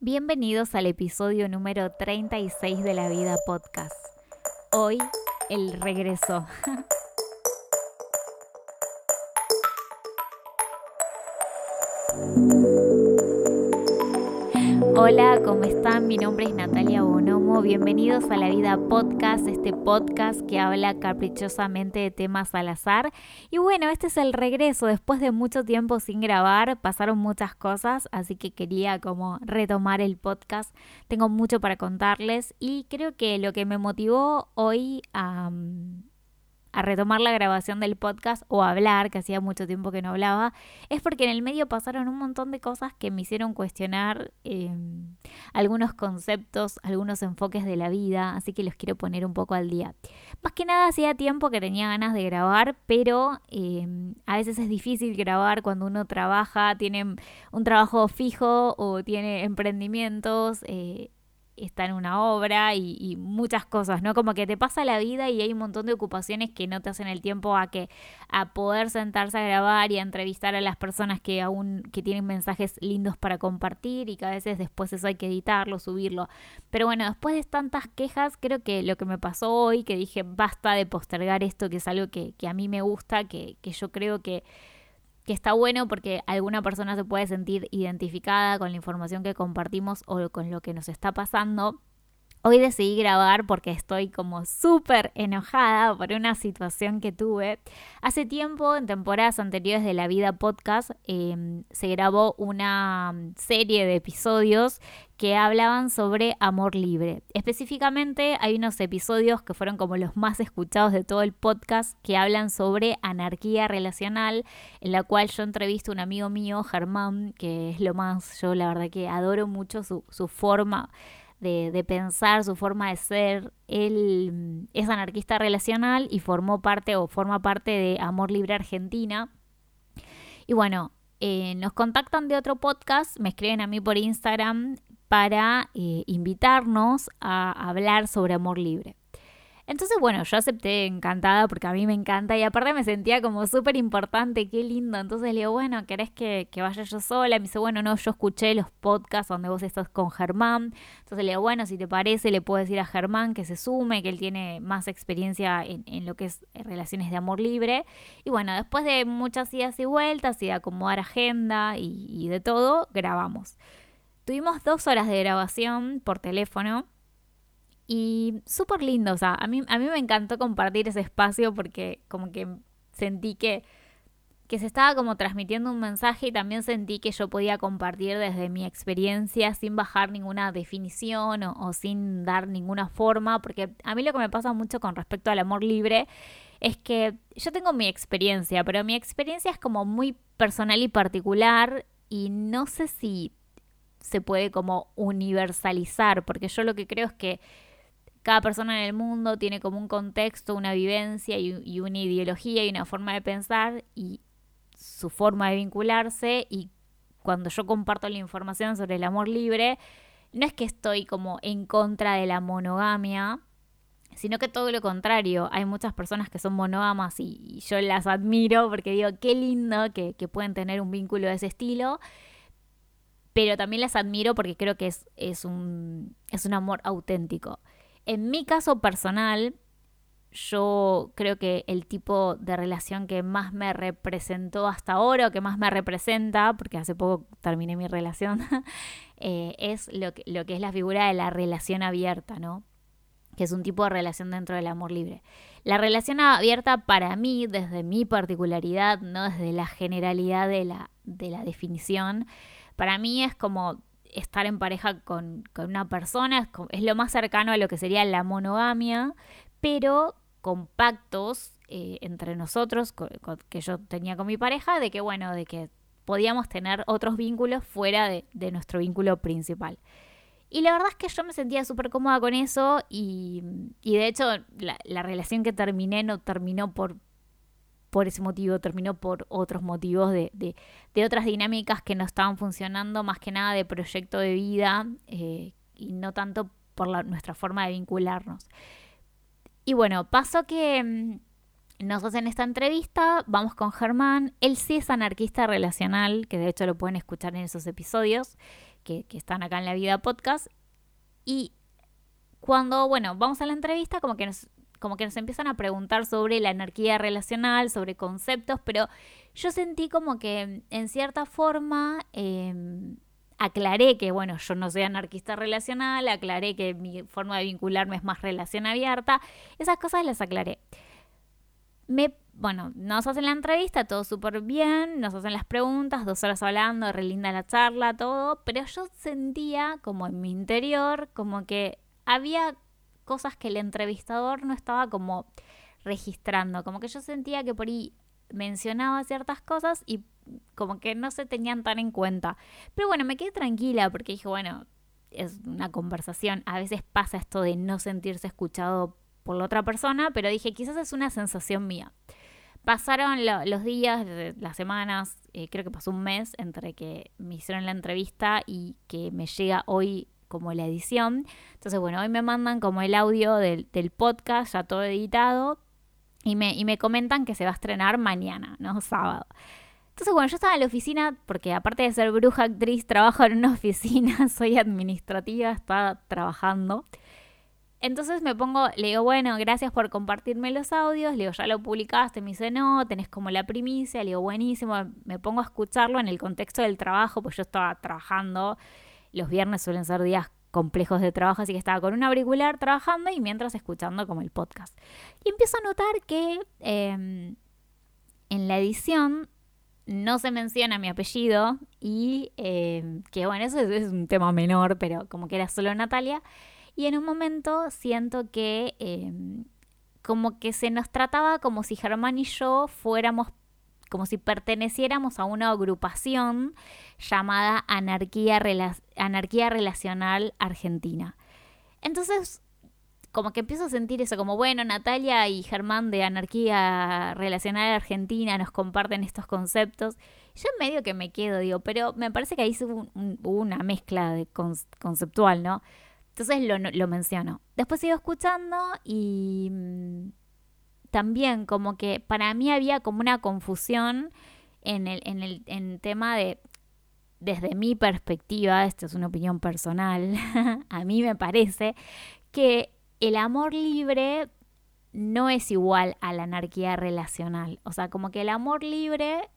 Bienvenidos al episodio número 36 de La Vida Podcast. Hoy, el regreso. Hola, ¿cómo están? Mi nombre es Natalia Bonomo. Bienvenidos a La Vida Podcast, este podcast que habla caprichosamente de temas al azar. Y bueno, este es el regreso. Después de mucho tiempo sin grabar, pasaron muchas cosas, así que quería como retomar el podcast. Tengo mucho para contarles y creo que lo que me motivó hoy a retomar la grabación del podcast o a hablar, que hacía mucho tiempo que no hablaba, es porque en el medio pasaron un montón de cosas que me hicieron cuestionar algunos conceptos, algunos enfoques de la vida, así que los quiero poner un poco al día. Más que nada hacía tiempo que tenía ganas de grabar, pero a veces es difícil grabar cuando uno trabaja, tiene un trabajo fijo o tiene emprendimientos, está en una obra y muchas cosas, ¿no? Como que te pasa la vida y hay un montón de ocupaciones que no te hacen el tiempo a poder sentarse a grabar y a entrevistar a las personas que tienen mensajes lindos para compartir y que a veces después eso hay que editarlo, subirlo. Pero bueno, después de tantas quejas, creo que lo que me pasó hoy, que dije basta de postergar esto, que es algo que a mí me gusta, que yo creo que está bueno porque alguna persona se puede sentir identificada con la información que compartimos o con lo que nos está pasando. Hoy decidí grabar porque estoy como súper enojada por una situación que tuve. Hace tiempo, en temporadas anteriores de La Vida Podcast, se grabó una serie de episodios que hablaban sobre amor libre. Específicamente hay unos episodios que fueron como los más escuchados de todo el podcast que hablan sobre anarquía relacional, en la cual yo entrevisto a un amigo mío, Germán, que es lo más, yo la verdad que adoro mucho su forma de pensar, su forma de ser. Él es anarquista relacional y forma parte de Amor Libre Argentina. Y bueno, nos contactan de otro podcast, me escriben a mí por Instagram para invitarnos a hablar sobre amor libre. Entonces, bueno, yo acepté encantada porque a mí me encanta y aparte me sentía como súper importante, qué lindo. Entonces le digo, bueno, ¿querés que vaya yo sola? Me dice, bueno, no, yo escuché los podcasts donde vos estás con Germán. Entonces le digo, bueno, si te parece, le puedo decir a Germán que se sume, que él tiene más experiencia en lo que es relaciones de amor libre. Y bueno, después de muchas idas y vueltas y de acomodar agenda y de todo, grabamos. Tuvimos 2 horas de grabación por teléfono. Y súper lindo, o sea, a mí me encantó compartir ese espacio porque como que sentí que se estaba como transmitiendo un mensaje y también sentí que yo podía compartir desde mi experiencia sin bajar ninguna definición o sin dar ninguna forma, porque a mí lo que me pasa mucho con respecto al amor libre es que yo tengo mi experiencia, pero mi experiencia es como muy personal y particular y no sé si se puede como universalizar, porque yo lo que creo es que cada persona en el mundo tiene como un contexto, una vivencia y una ideología y una forma de pensar y su forma de vincularse. Y cuando yo comparto la información sobre el amor libre, no es que estoy como en contra de la monogamia, sino que todo lo contrario. Hay muchas personas que son monógamas y yo las admiro porque digo, qué lindo que pueden tener un vínculo de ese estilo. Pero también las admiro porque creo que es un amor auténtico. En mi caso personal, yo creo que el tipo de relación que más me representó hasta ahora, o que más me representa, porque hace poco terminé mi relación, es lo que es la figura de la relación abierta, ¿no? Que es un tipo de relación dentro del amor libre. La relación abierta para mí, desde mi particularidad, no desde la generalidad de la definición, para mí es como estar en pareja con una persona, es lo más cercano a lo que sería la monogamia, pero con pactos entre nosotros, que yo tenía con mi pareja, de que bueno, de que podíamos tener otros vínculos fuera de nuestro vínculo principal. Y la verdad es que yo me sentía súper cómoda con eso y de hecho la relación que terminé no terminó por ese motivo, terminó por otros motivos de otras dinámicas que no estaban funcionando, más que nada de proyecto de vida y no tanto por nuestra forma de vincularnos. Y bueno, pasó que nos hacen esta entrevista, vamos con Germán, él sí es anarquista relacional, que de hecho lo pueden escuchar en esos episodios, que están acá en La Vida Podcast. Y cuando, vamos a la entrevista, como que nos empiezan a preguntar sobre la anarquía relacional, sobre conceptos, pero yo sentí como que en cierta forma aclaré que, yo no soy anarquista relacional, aclaré que mi forma de vincularme es más relación abierta, esas cosas las aclaré. Nos hacen la entrevista, todo súper bien, nos hacen las preguntas, 2 horas hablando, re linda la charla, todo, pero yo sentía como en mi interior, como que había cosas que el entrevistador no estaba como registrando, como que yo sentía que por ahí mencionaba ciertas cosas y como que no se tenían tan en cuenta. Pero me quedé tranquila porque dije, es una conversación, a veces pasa esto de no sentirse escuchado por la otra persona, pero dije, quizás es una sensación mía. Pasaron los días, las semanas, creo que pasó un mes entre que me hicieron la entrevista y que me llega hoy como la edición. Entonces, hoy me mandan como el audio del podcast, ya todo editado, y me comentan que se va a estrenar mañana, ¿no? Sábado. Entonces, yo estaba en la oficina, porque aparte de ser bruja actriz, trabajo en una oficina, soy administrativa, estaba trabajando. Entonces me pongo, le digo, gracias por compartirme los audios, le digo, ya lo publicaste, me dice, no, tenés como la primicia, le digo, buenísimo, me pongo a escucharlo en el contexto del trabajo, pues yo estaba trabajando, los viernes suelen ser días complejos de trabajo, así que estaba con un auricular trabajando y mientras escuchando como el podcast. Y empiezo a notar que en la edición no se menciona mi apellido y que eso es un tema menor, pero como que era solo Natalia. Y en un momento siento que como que se nos trataba como si Germán y yo fuéramos, como si perteneciéramos a una agrupación llamada Anarquía Relacional Argentina. Entonces, como que empiezo a sentir eso, como Natalia y Germán de Anarquía Relacional Argentina nos comparten estos conceptos. Yo en medio que me quedo, digo, pero me parece que ahí hubo una mezcla de conceptual, ¿no? Entonces lo menciono. Después sigo escuchando y también como que para mí había como una confusión en el tema de, desde mi perspectiva, esto es una opinión personal, a mí me parece que el amor libre no es igual a la anarquía relacional. O sea, como que el amor libre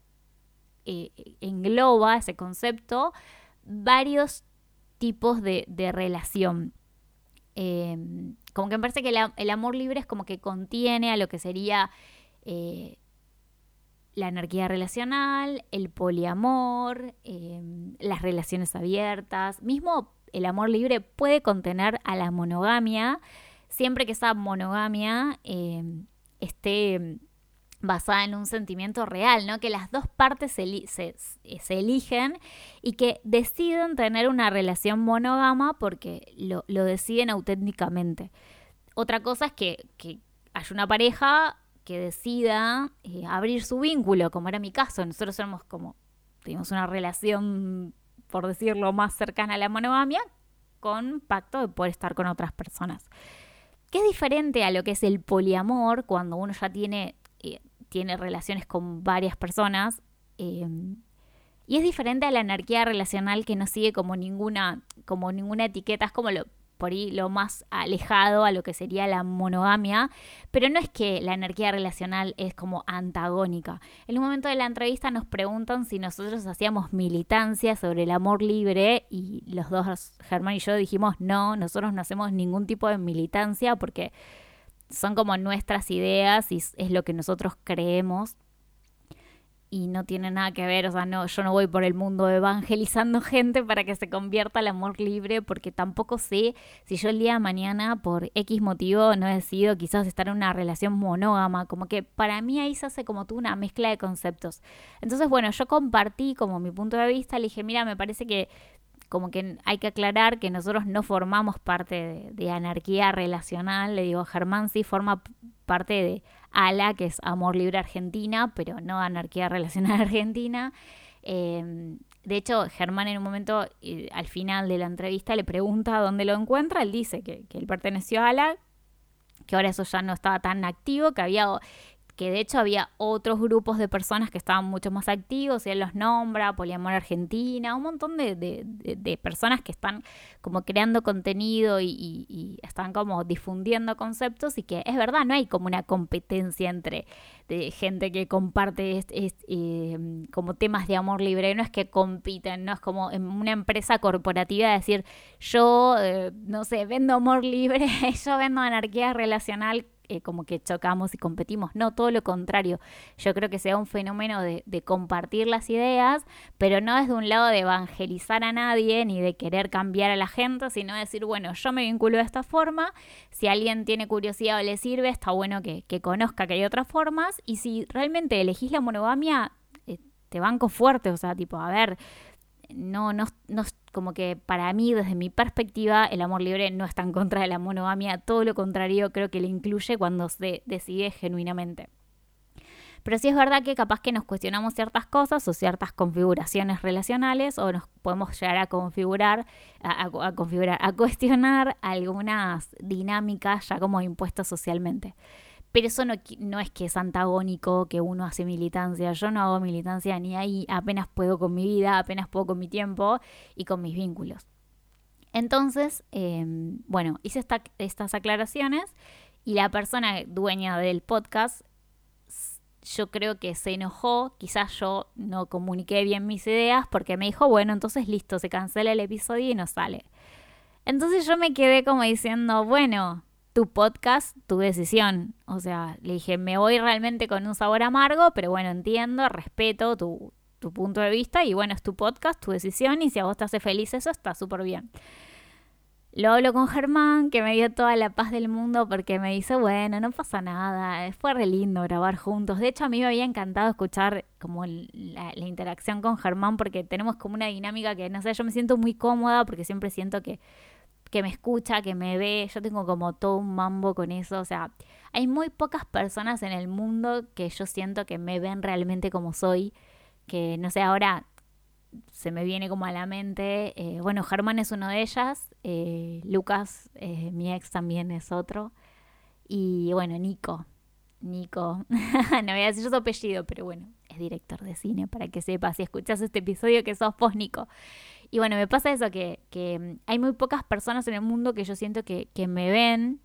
engloba ese concepto varios tipos de relación. Como que me parece que el amor libre es como que contiene a lo que sería la anarquía relacional, el poliamor, las relaciones abiertas. Mismo el amor libre puede contener a la monogamia, siempre que esa monogamia esté basada en un sentimiento real, ¿no? Que las dos partes se eligen y que deciden tener una relación monógama porque lo deciden auténticamente. Otra cosa es que haya una pareja que decida abrir su vínculo, como era mi caso. Nosotros teníamos una relación, por decirlo, más cercana a la monogamia, con pacto de poder estar con otras personas. Que es diferente a lo que es el poliamor, cuando uno ya tiene relaciones con varias personas, y es diferente a la anarquía relacional, que no sigue como ninguna etiqueta, es como por ahí lo más alejado a lo que sería la monogamia, pero no es que la anarquía relacional es como antagónica. En un momento de la entrevista nos preguntan si nosotros hacíamos militancia sobre el amor libre y los dos, Germán y yo, dijimos no, nosotros no hacemos ningún tipo de militancia porque son como nuestras ideas y es lo que nosotros creemos y no tiene nada que ver, o sea, no, yo no voy por el mundo evangelizando gente para que se convierta al amor libre, porque tampoco sé si yo el día de mañana por X motivo no he decidido quizás estar en una relación monógama, como que para mí ahí se hace como tú una mezcla de conceptos. Entonces, yo compartí como mi punto de vista, le dije, mira, me parece que como que hay que aclarar que nosotros no formamos parte de anarquía relacional. Le digo, Germán sí forma parte de ALA, que es Amor Libre Argentina, pero no Anarquía Relacional Argentina. De hecho, Germán en un momento, al final de la entrevista, le pregunta dónde lo encuentra. Él dice que él perteneció a ALA, que ahora eso ya no estaba tan activo, que que de hecho había otros grupos de personas que estaban mucho más activos, y él los nombra, Poliamor Argentina, un montón de personas que están como creando contenido y están como difundiendo conceptos, y que es verdad, no hay como una competencia entre de gente que comparte como temas de amor libre, no es que compiten, no es como en una empresa corporativa decir yo, no sé, vendo amor libre, yo vendo anarquía relacional, como que chocamos y competimos. No, todo lo contrario. Yo creo que sea un fenómeno de compartir las ideas, pero no desde un lado de evangelizar a nadie ni de querer cambiar a la gente, sino decir, bueno, yo me vinculo de esta forma, si alguien tiene curiosidad o le sirve, está bueno que conozca que hay otras formas, y si realmente elegís la monogamia, te banco fuerte, o sea, tipo, a ver, no, como que para mí, desde mi perspectiva, el amor libre no está en contra de la monogamia, todo lo contrario, creo que le incluye cuando se decide genuinamente. Pero sí es verdad que capaz que nos cuestionamos ciertas cosas o ciertas configuraciones relacionales, o nos podemos llegar a configurar, a cuestionar algunas dinámicas ya como impuestas socialmente. Pero eso no es que es antagónico, que uno hace militancia. Yo no hago militancia ni ahí, apenas puedo con mi vida, apenas puedo con mi tiempo y con mis vínculos. Entonces, bueno, hice estas aclaraciones, y la persona dueña del podcast, yo creo que se enojó, quizás yo no comuniqué bien mis ideas, porque me dijo, bueno, entonces listo, se cancela el episodio y no sale. Entonces yo me quedé como diciendo, bueno, tu podcast, tu decisión. O sea, le dije, me voy realmente con un sabor amargo, pero bueno, entiendo, respeto tu punto de vista, y bueno, es tu podcast, tu decisión, y si a vos te hace feliz eso, está súper bien. Lo hablo con Germán, que me dio toda la paz del mundo, porque me dice, bueno, no pasa nada, fue re lindo grabar juntos. De hecho, a mí me había encantado escuchar como la interacción con Germán, porque tenemos como una dinámica que, no sé, yo me siento muy cómoda, porque siempre siento que me escucha, que me ve, yo tengo como todo un mambo con eso, o sea, hay muy pocas personas en el mundo que yo siento que me ven realmente como soy, que no sé, ahora se me viene como a la mente, bueno, Germán es uno de ellas, Lucas, mi ex, también es otro, y bueno, Nico, no voy a decir su apellido, pero bueno, es director de cine, para que sepas, si escuchas este episodio, que sos vos, Nico. Y bueno, me pasa eso, que hay muy pocas personas en el mundo que yo siento que me ven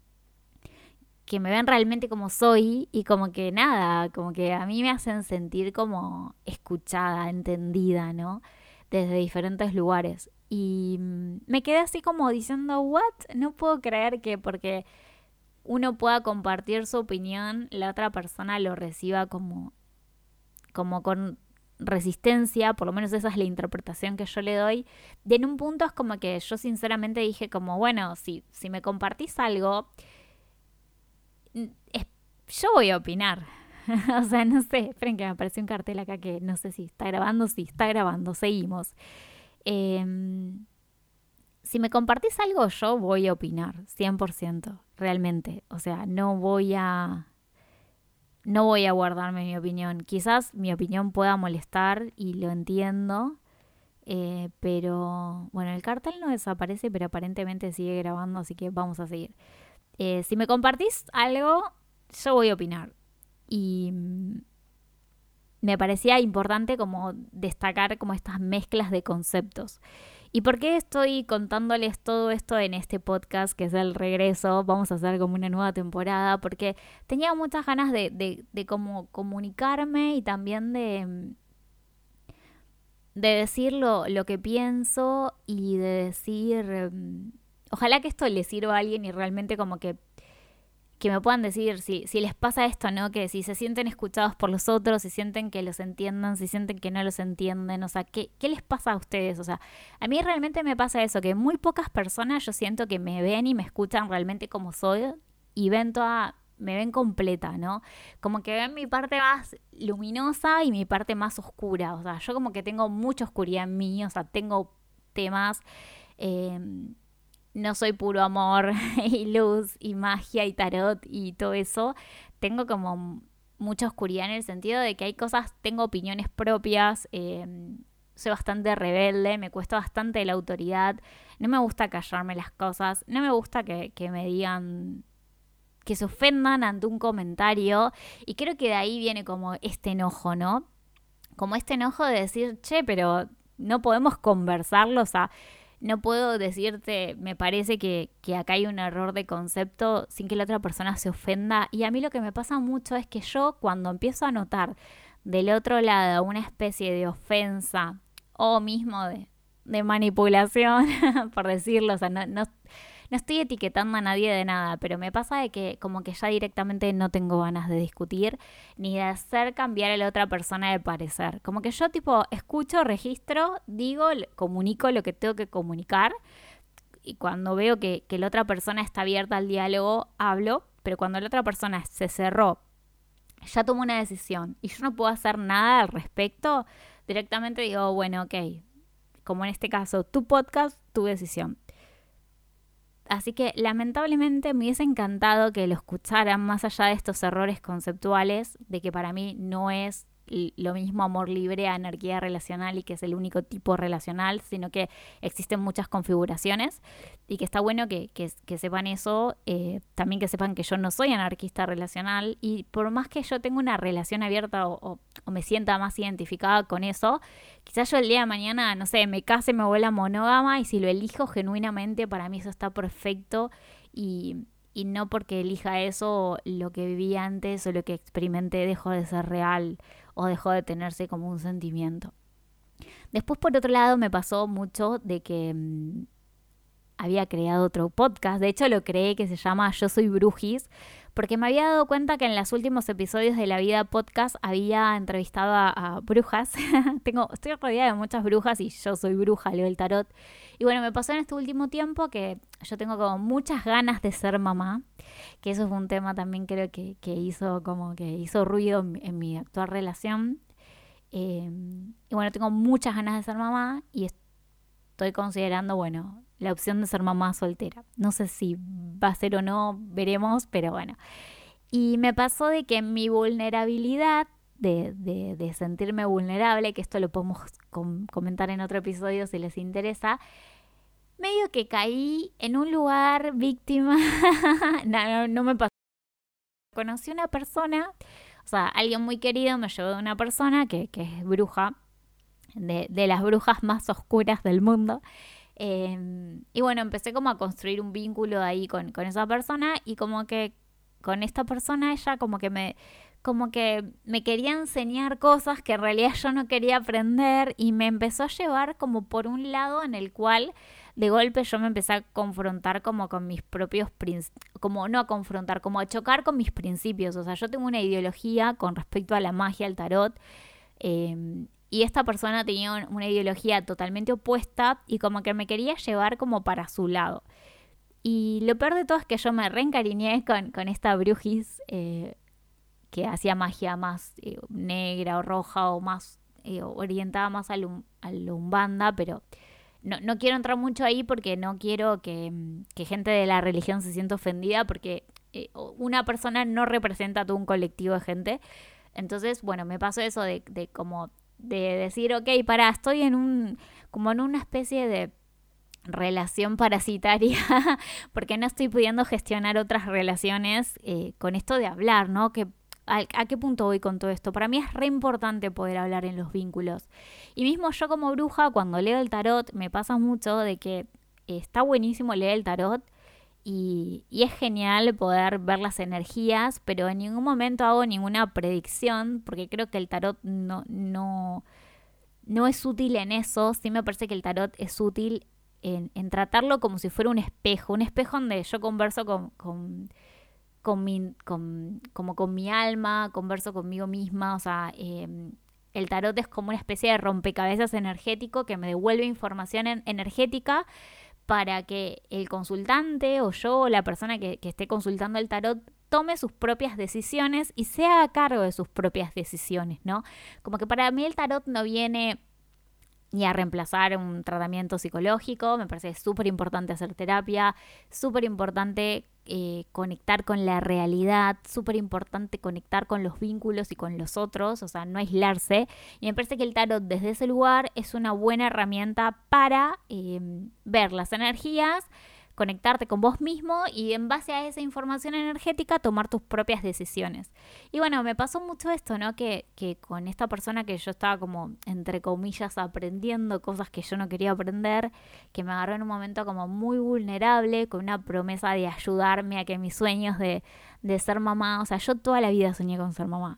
realmente como soy, y como que nada, como que a mí me hacen sentir como escuchada, entendida, ¿no? Desde diferentes lugares. Y me quedé así como diciendo, ¿what? No puedo creer que porque uno pueda compartir su opinión, la otra persona lo reciba como con resistencia, por lo menos esa es la interpretación que yo le doy. Y en un punto es como que yo sinceramente dije como, bueno, si me compartís algo, yo voy a opinar. O sea, no sé, esperen que me apareció un cartel acá que no sé si está grabando. Sí, está grabando, seguimos. Si me compartís algo, yo voy a opinar, 100%, realmente. O sea, no voy a guardarme mi opinión. Quizás mi opinión pueda molestar, y lo entiendo, pero bueno, el cartel no desaparece, pero aparentemente sigue grabando, así que vamos a seguir. Si me compartís algo, yo voy a opinar. Y me parecía importante como destacar como estas mezclas de conceptos. ¿Y por qué estoy contándoles todo esto en este podcast, que es el regreso? Vamos a hacer como una nueva temporada, porque tenía muchas ganas de como comunicarme, y también de decir lo que pienso, y de decir, ojalá que esto le sirva a alguien, y realmente como que me puedan decir si les pasa esto, ¿no? Que si se sienten escuchados por los otros, si sienten que los entiendan, si sienten que no los entienden, o sea, ¿qué les pasa a ustedes? O sea, a mí realmente me pasa eso, que muy pocas personas yo siento que me ven y me escuchan realmente como soy, y me ven completa, ¿no? Como que ven mi parte más luminosa y mi parte más oscura, o sea, yo como que tengo mucha oscuridad en mí, o sea, tengo temas... no soy puro amor y luz y magia y tarot y todo eso. Tengo como mucha oscuridad, en el sentido de que hay cosas, tengo opiniones propias, soy bastante rebelde, me cuesta bastante la autoridad, no me gusta callarme las cosas, no me gusta que me digan que se ofendan ante un comentario, y creo que de ahí viene como este enojo, ¿no? Como este enojo de decir, che, pero no podemos conversarlo, o sea, no puedo decirte, me parece que acá hay un error de concepto sin que la otra persona se ofenda. Y a mí lo que me pasa mucho es que yo cuando empiezo a notar del otro lado una especie de ofensa o mismo de manipulación, por decirlo, o sea, no estoy etiquetando a nadie de nada, pero me pasa de que como que ya directamente no tengo ganas de discutir ni de hacer cambiar a la otra persona de parecer. Como que yo tipo escucho, registro, digo, comunico lo que tengo que comunicar y cuando veo que la otra persona está abierta al diálogo, hablo, pero cuando la otra persona se cerró, ya tomó una decisión y yo no puedo hacer nada al respecto, directamente digo, bueno, ok, como en este caso, tu podcast, tu decisión. Así que lamentablemente me hubiese encantado que lo escucharan más allá de estos errores conceptuales, de que para mí no es lo mismo amor libre a anarquía relacional y que es el único tipo relacional, sino que existen muchas configuraciones y que está bueno que sepan eso, también que sepan que yo no soy anarquista relacional y por más que yo tenga una relación abierta o me sienta más identificada con eso, quizás yo el día de mañana, no sé, me case, me vuelva monógama y si lo elijo genuinamente, para mí eso está perfecto y no porque elija eso, lo que viví antes o lo que experimenté dejó de ser real o dejó de tenerse como un sentimiento. Después, por otro lado, me pasó mucho de que había creado otro podcast. De hecho, lo creé, que se llama Yo Soy Brujis, porque me había dado cuenta que en los últimos episodios de La Vida Podcast había entrevistado a brujas. Estoy rodeada de muchas brujas y yo soy bruja, leo el tarot. Y bueno, me pasó en este último tiempo que yo tengo como muchas ganas de ser mamá, que eso fue un tema también creo que hizo ruido en mi actual relación. Y bueno, tengo muchas ganas de ser mamá y estoy considerando, bueno, la opción de ser mamá soltera. No sé si va a ser o no, veremos, pero bueno. Y me pasó de que mi vulnerabilidad, de sentirme vulnerable, que esto lo podemos comentar en otro episodio si les interesa, medio que caí en un lugar víctima. no me pasó. Conocí una persona, o sea, alguien muy querido me llevó de una persona que es bruja, de las brujas más oscuras del mundo. Y bueno, empecé como a construir un vínculo ahí con esa persona y como que con esta persona ella como que me quería enseñar cosas que en realidad yo no quería aprender y me empezó a llevar como por un lado en el cual de golpe yo me empecé a confrontar como con mis propios como no a confrontar, como a chocar con mis principios. O sea, yo tengo una ideología con respecto a la magia, al tarot, y esta persona tenía una ideología totalmente opuesta y como que me quería llevar como para su lado. Y lo peor de todo es que yo me reencariñé con esta brujis que hacía magia más negra o roja o más orientada más a la umbanda, pero no quiero entrar mucho ahí porque no quiero que gente de la religión se sienta ofendida porque una persona no representa a todo un colectivo de gente. Entonces, bueno, me pasó eso de decir, ok, estoy como en una especie de relación parasitaria porque no estoy pudiendo gestionar otras relaciones con esto de hablar, ¿no? ¿A qué punto voy con todo esto? Para mí es re importante poder hablar en los vínculos. Y mismo yo como bruja, cuando leo el tarot, me pasa mucho de que está buenísimo leer el tarot y es genial poder ver las energías, pero en ningún momento hago ninguna predicción porque creo que el tarot no es útil en eso. Sí me parece que el tarot es útil en tratarlo como si fuera un espejo donde yo converso con mi alma, converso conmigo misma. O sea, el tarot es como una especie de rompecabezas energético que me devuelve información energética para que el consultante o yo o la persona que esté consultando el tarot tome sus propias decisiones y se haga cargo de sus propias decisiones, ¿no? Como que para mí el tarot no viene ni a reemplazar un tratamiento psicológico. Me parece súper importante hacer terapia, súper importante conectar con la realidad, súper importante conectar con los vínculos y con los otros, o sea, no aislarse. Y me parece que el tarot desde ese lugar es una buena herramienta para ver las energías, conectarte con vos mismo y en base a esa información energética tomar tus propias decisiones. Y bueno, me pasó mucho esto, ¿no? Que con esta persona que yo estaba como, entre comillas, aprendiendo cosas que yo no quería aprender, que me agarró en un momento como muy vulnerable, con una promesa de ayudarme a que mis sueños de ser mamá, o sea, yo toda la vida soñé con ser mamá.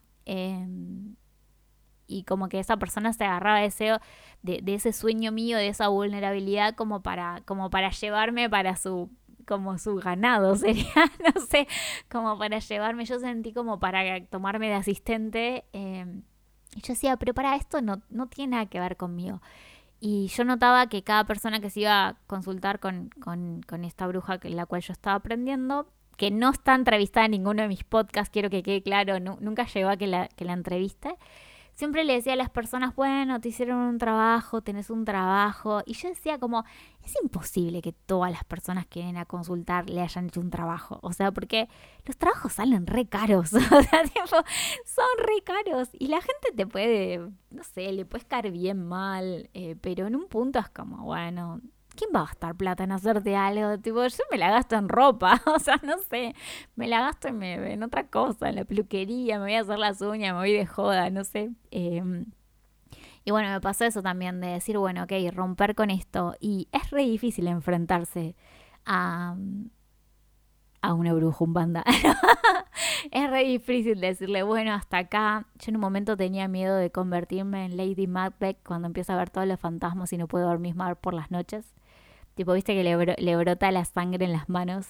Y como que esa persona se agarraba de ese sueño mío, de esa vulnerabilidad como para llevarme para su ganado sería, no sé, como para llevarme, yo sentí como para tomarme de asistente, y yo decía, pero para esto no tiene nada que ver conmigo. Y yo notaba que cada persona que se iba a consultar con esta bruja la cual yo estaba aprendiendo, que no está entrevistada en ninguno de mis podcasts, quiero que quede claro, nunca llegó a que la entreviste, siempre le decía a las personas, bueno, te hicieron un trabajo, tenés un trabajo. Y yo decía como, es imposible que todas las personas que vienen a consultar le hayan hecho un trabajo. O sea, porque los trabajos salen re caros. O sea, tipo, son re caros. Y la gente te puede, no sé, le puedes caer bien mal. Pero en un punto es como, bueno, ¿quién va a gastar plata en hacerte algo? Tipo, yo me la gasto en ropa, o sea, no sé, me la gasto en otra cosa, en la peluquería, me voy a hacer las uñas, me voy de joda, no sé. Y bueno, me pasó eso también de decir, bueno, ok, romper con esto. Y es re difícil enfrentarse a una bruja, un banda. Es re difícil decirle, bueno, hasta acá. Yo en un momento tenía miedo de convertirme en Lady Macbeth cuando empiezo a ver todos los fantasmas y no puedo dormir más por las noches. Tipo, viste que le brota la sangre en las manos.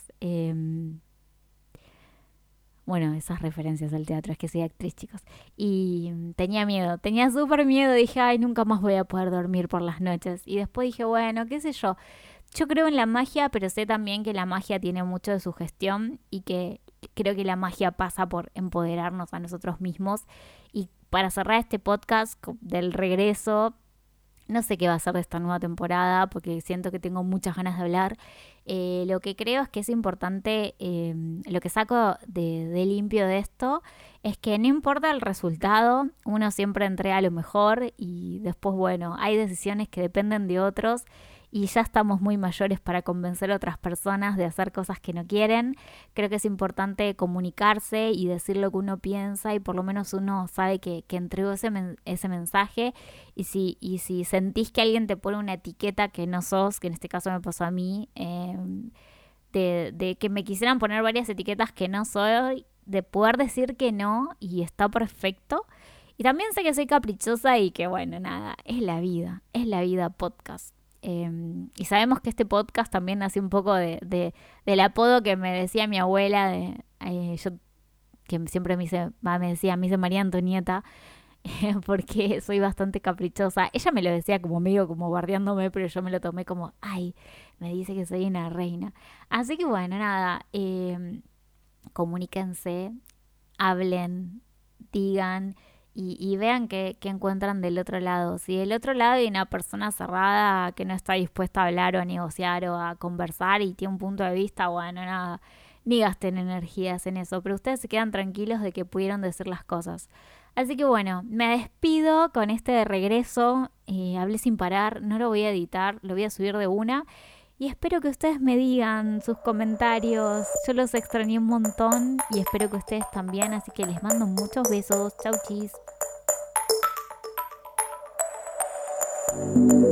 Bueno, esas referencias al teatro, es que soy actriz, chicos. Y tenía miedo, tenía súper miedo. Dije, ay, nunca más voy a poder dormir por las noches. Y después dije, bueno, qué sé yo. Yo creo en la magia, pero sé también que la magia tiene mucho de sugestión y que creo que la magia pasa por empoderarnos a nosotros mismos. Y para cerrar este podcast del regreso, no sé qué va a ser de esta nueva temporada porque siento que tengo muchas ganas de hablar. Lo que creo es que es importante, lo que saco de limpio de esto es que no importa el resultado, uno siempre entrega lo mejor y después, bueno, hay decisiones que dependen de otros y ya estamos muy mayores para convencer a otras personas de hacer cosas que no quieren. Creo que es importante comunicarse y decir lo que uno piensa y por lo menos uno sabe que entregó ese mensaje. Y si sentís que alguien te pone una etiqueta que no sos, que en este caso me pasó a mí, de que me quisieran poner varias etiquetas que no soy, de poder decir que no y está perfecto. Y también sé que soy caprichosa y que bueno, nada, es la vida podcast. Y sabemos que este podcast también nació un poco del apodo que me decía mi abuela, yo que siempre me decía María Antonieta, porque soy bastante caprichosa. Ella me lo decía como medio como bardeándome, pero yo me lo tomé como, ay, me dice que soy una reina. Así que bueno, nada, comuníquense, hablen, digan y vean qué encuentran del otro lado. Si del otro lado hay una persona cerrada que no está dispuesta a hablar o a negociar o a conversar y tiene un punto de vista, bueno, nada, ni gasten energías en eso, pero ustedes se quedan tranquilos de que pudieron decir las cosas. Así que bueno, me despido con este de regreso. Hablé sin parar, no lo voy a editar, lo voy a subir de una. Y espero que ustedes me digan sus comentarios. Yo los extrañé un montón y espero que ustedes también. Así que les mando muchos besos. Chau, chis.